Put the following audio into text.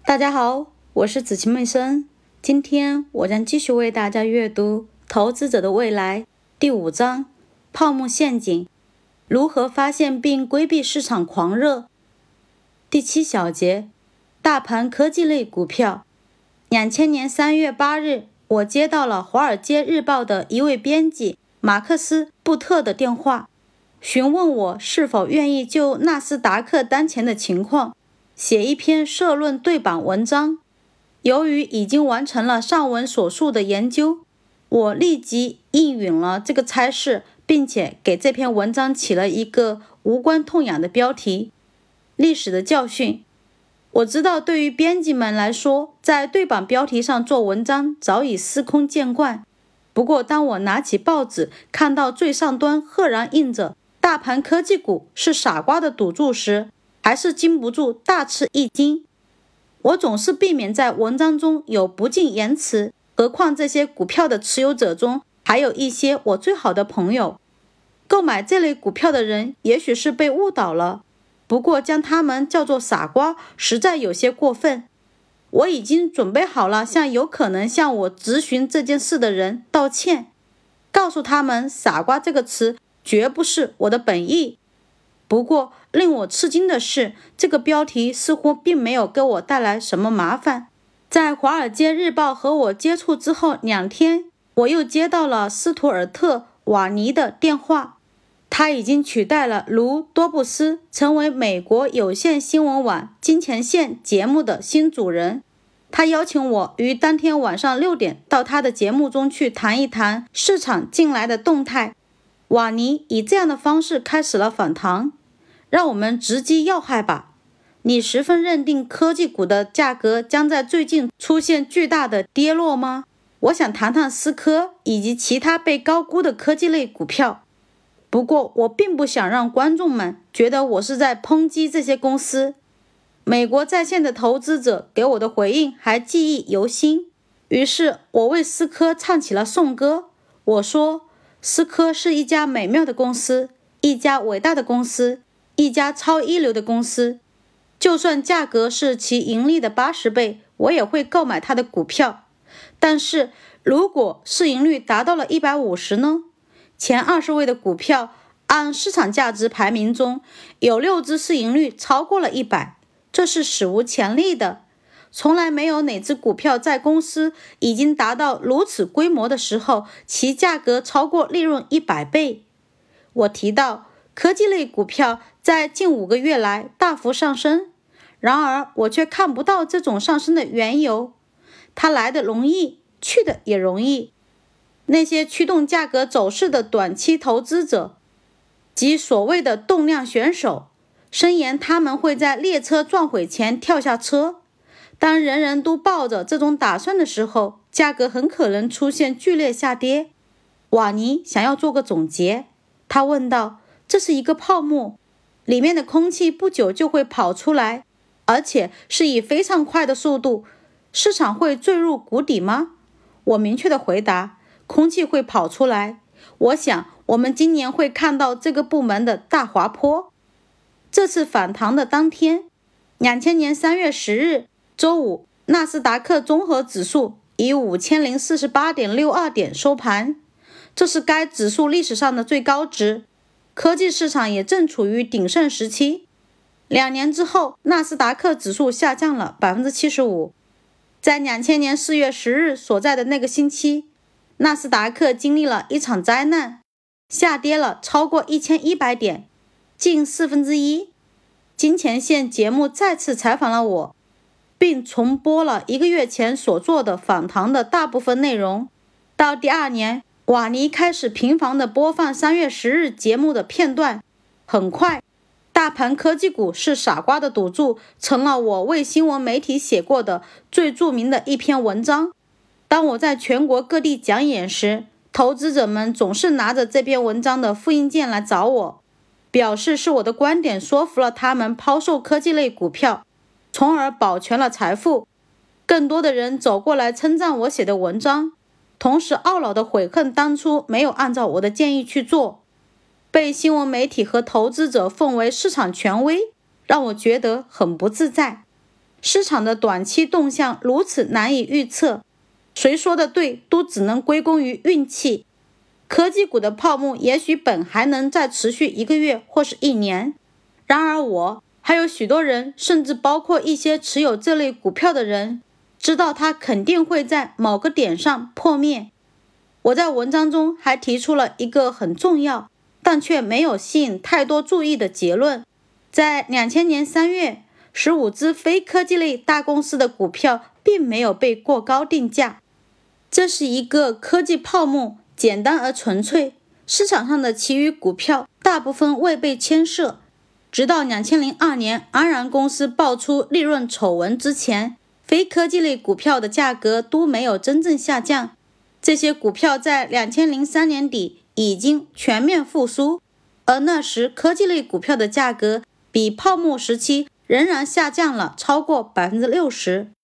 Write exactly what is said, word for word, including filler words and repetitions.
大家好，我是子晴妹生。今天我将继续为大家阅读《投资者的未来》第五章：泡沫陷阱，如何发现并规避市场狂热。第七小节：大盘科技类股票。两千年三月八日，我接到了《华尔街日报》的一位编辑马克思·布特的电话，询问我是否愿意就纳斯达克当前的情况写一篇社论对版文章。由于已经完成了上文所述的研究，我立即应允了这个差事，并且给这篇文章起了一个无关痛痒的标题：历史的教训。我知道对于编辑们来说，在对版标题上做文章早已司空见惯。不过当我拿起报纸，看到最上端赫然印着大盘科技股是傻瓜的赌注时，还是禁不住大吃一惊。我总是避免在文章中有不敬言辞，何况这些股票的持有者中还有一些我最好的朋友。购买这类股票的人也许是被误导了，不过将他们叫做傻瓜实在有些过分。我已经准备好了向有可能向我质询这件事的人道歉，告诉他们傻瓜这个词绝不是我的本意。不过令我吃惊的是，这个标题似乎并没有给我带来什么麻烦。在《华尔街日报》和我接触之后两天，我又接到了斯图尔特·瓦尼的电话。他已经取代了卢多布斯，成为美国有线新闻网金钱线节目的新主人。他邀请我于当天晚上六点到他的节目中去谈一谈市场近来的动态。瓦尼以这样的方式开始了访谈：让我们直击要害吧。你十分认定科技股的价格将在最近出现巨大的跌落吗？我想谈谈思科以及其他被高估的科技类股票。不过我并不想让观众们觉得我是在抨击这些公司。美国在线的投资者给我的回应还记忆犹新，于是我为思科唱起了颂歌。我说，思科是一家美妙的公司，一家伟大的公司，一家超一流的公司。就算价格是其盈利的八十倍，我也会购买它的股票。但是如果市盈率达到了一百五十呢？前二十位的股票按市场价值排名中，有六只市盈率超过了一百，这是史无前例的。从来没有哪只股票在公司已经达到如此规模的时候，其价格超过利润一百倍。我提到科技类股票在近五个月来大幅上升，然而我却看不到这种上升的缘由。它来得容易，去得也容易。那些驱动价格走势的短期投资者，即所谓的动量选手，声言他们会在列车撞毁前跳下车。当人人都抱着这种打算的时候，价格很可能出现剧烈下跌。瓦尼想要做个总结，他问道：这是一个泡沫，里面的空气不久就会跑出来，而且是以非常快的速度，市场会坠入谷底吗？我明确地回答，空气会跑出来。我想我们今年会看到这个部门的大滑坡。这次反弹的当天，两千年三月十日周五，纳斯达克综合指数以五千零四十八点六二点收盘，这是该指数历史上的最高值。科技市场也正处于鼎盛时期。两年之后，纳斯达克指数下降了 百分之七十五。在两千年四月十日所在的那个星期，纳斯达克经历了一场灾难，下跌了超过一千一百点，近四分之一。金钱线节目再次采访了我，并重播了一个月前所做的访谈的大部分内容。到第二年，瓦尼开始频繁地播放三月十日节目的片段。很快，大盘科技股是傻瓜的赌注成了我为新闻媒体写过的最著名的一篇文章。当我在全国各地讲演时，投资者们总是拿着这篇文章的复印件来找我，表示是我的观点说服了他们抛售科技类股票，从而保全了财富。更多的人走过来称赞我写的文章，同时懊恼地悔恨当初没有按照我的建议去做。被新闻媒体和投资者奉为市场权威，让我觉得很不自在。 市场的短期动向如此难以预测，谁说的对都只能归功于运气。科技股的泡沫也许本还能再持续一个月或是一年，然而我还有许多人，甚至包括一些持有这类股票的人，知道它肯定会在某个点上破灭。我在文章中还提出了一个很重要但却没有吸引太多注意的结论。在两千年三月，十五只非科技类大公司的股票并没有被过高定价。这是一个科技泡沫，简单而纯粹，市场上的其余股票大部分未被牵涉。直到二零零二年安然公司爆出利润丑闻之前，非科技类股票的价格都没有真正下降。这些股票在二零零三年底已经全面复苏，而那时科技类股票的价格比泡沫时期仍然下降了超过 百分之六十。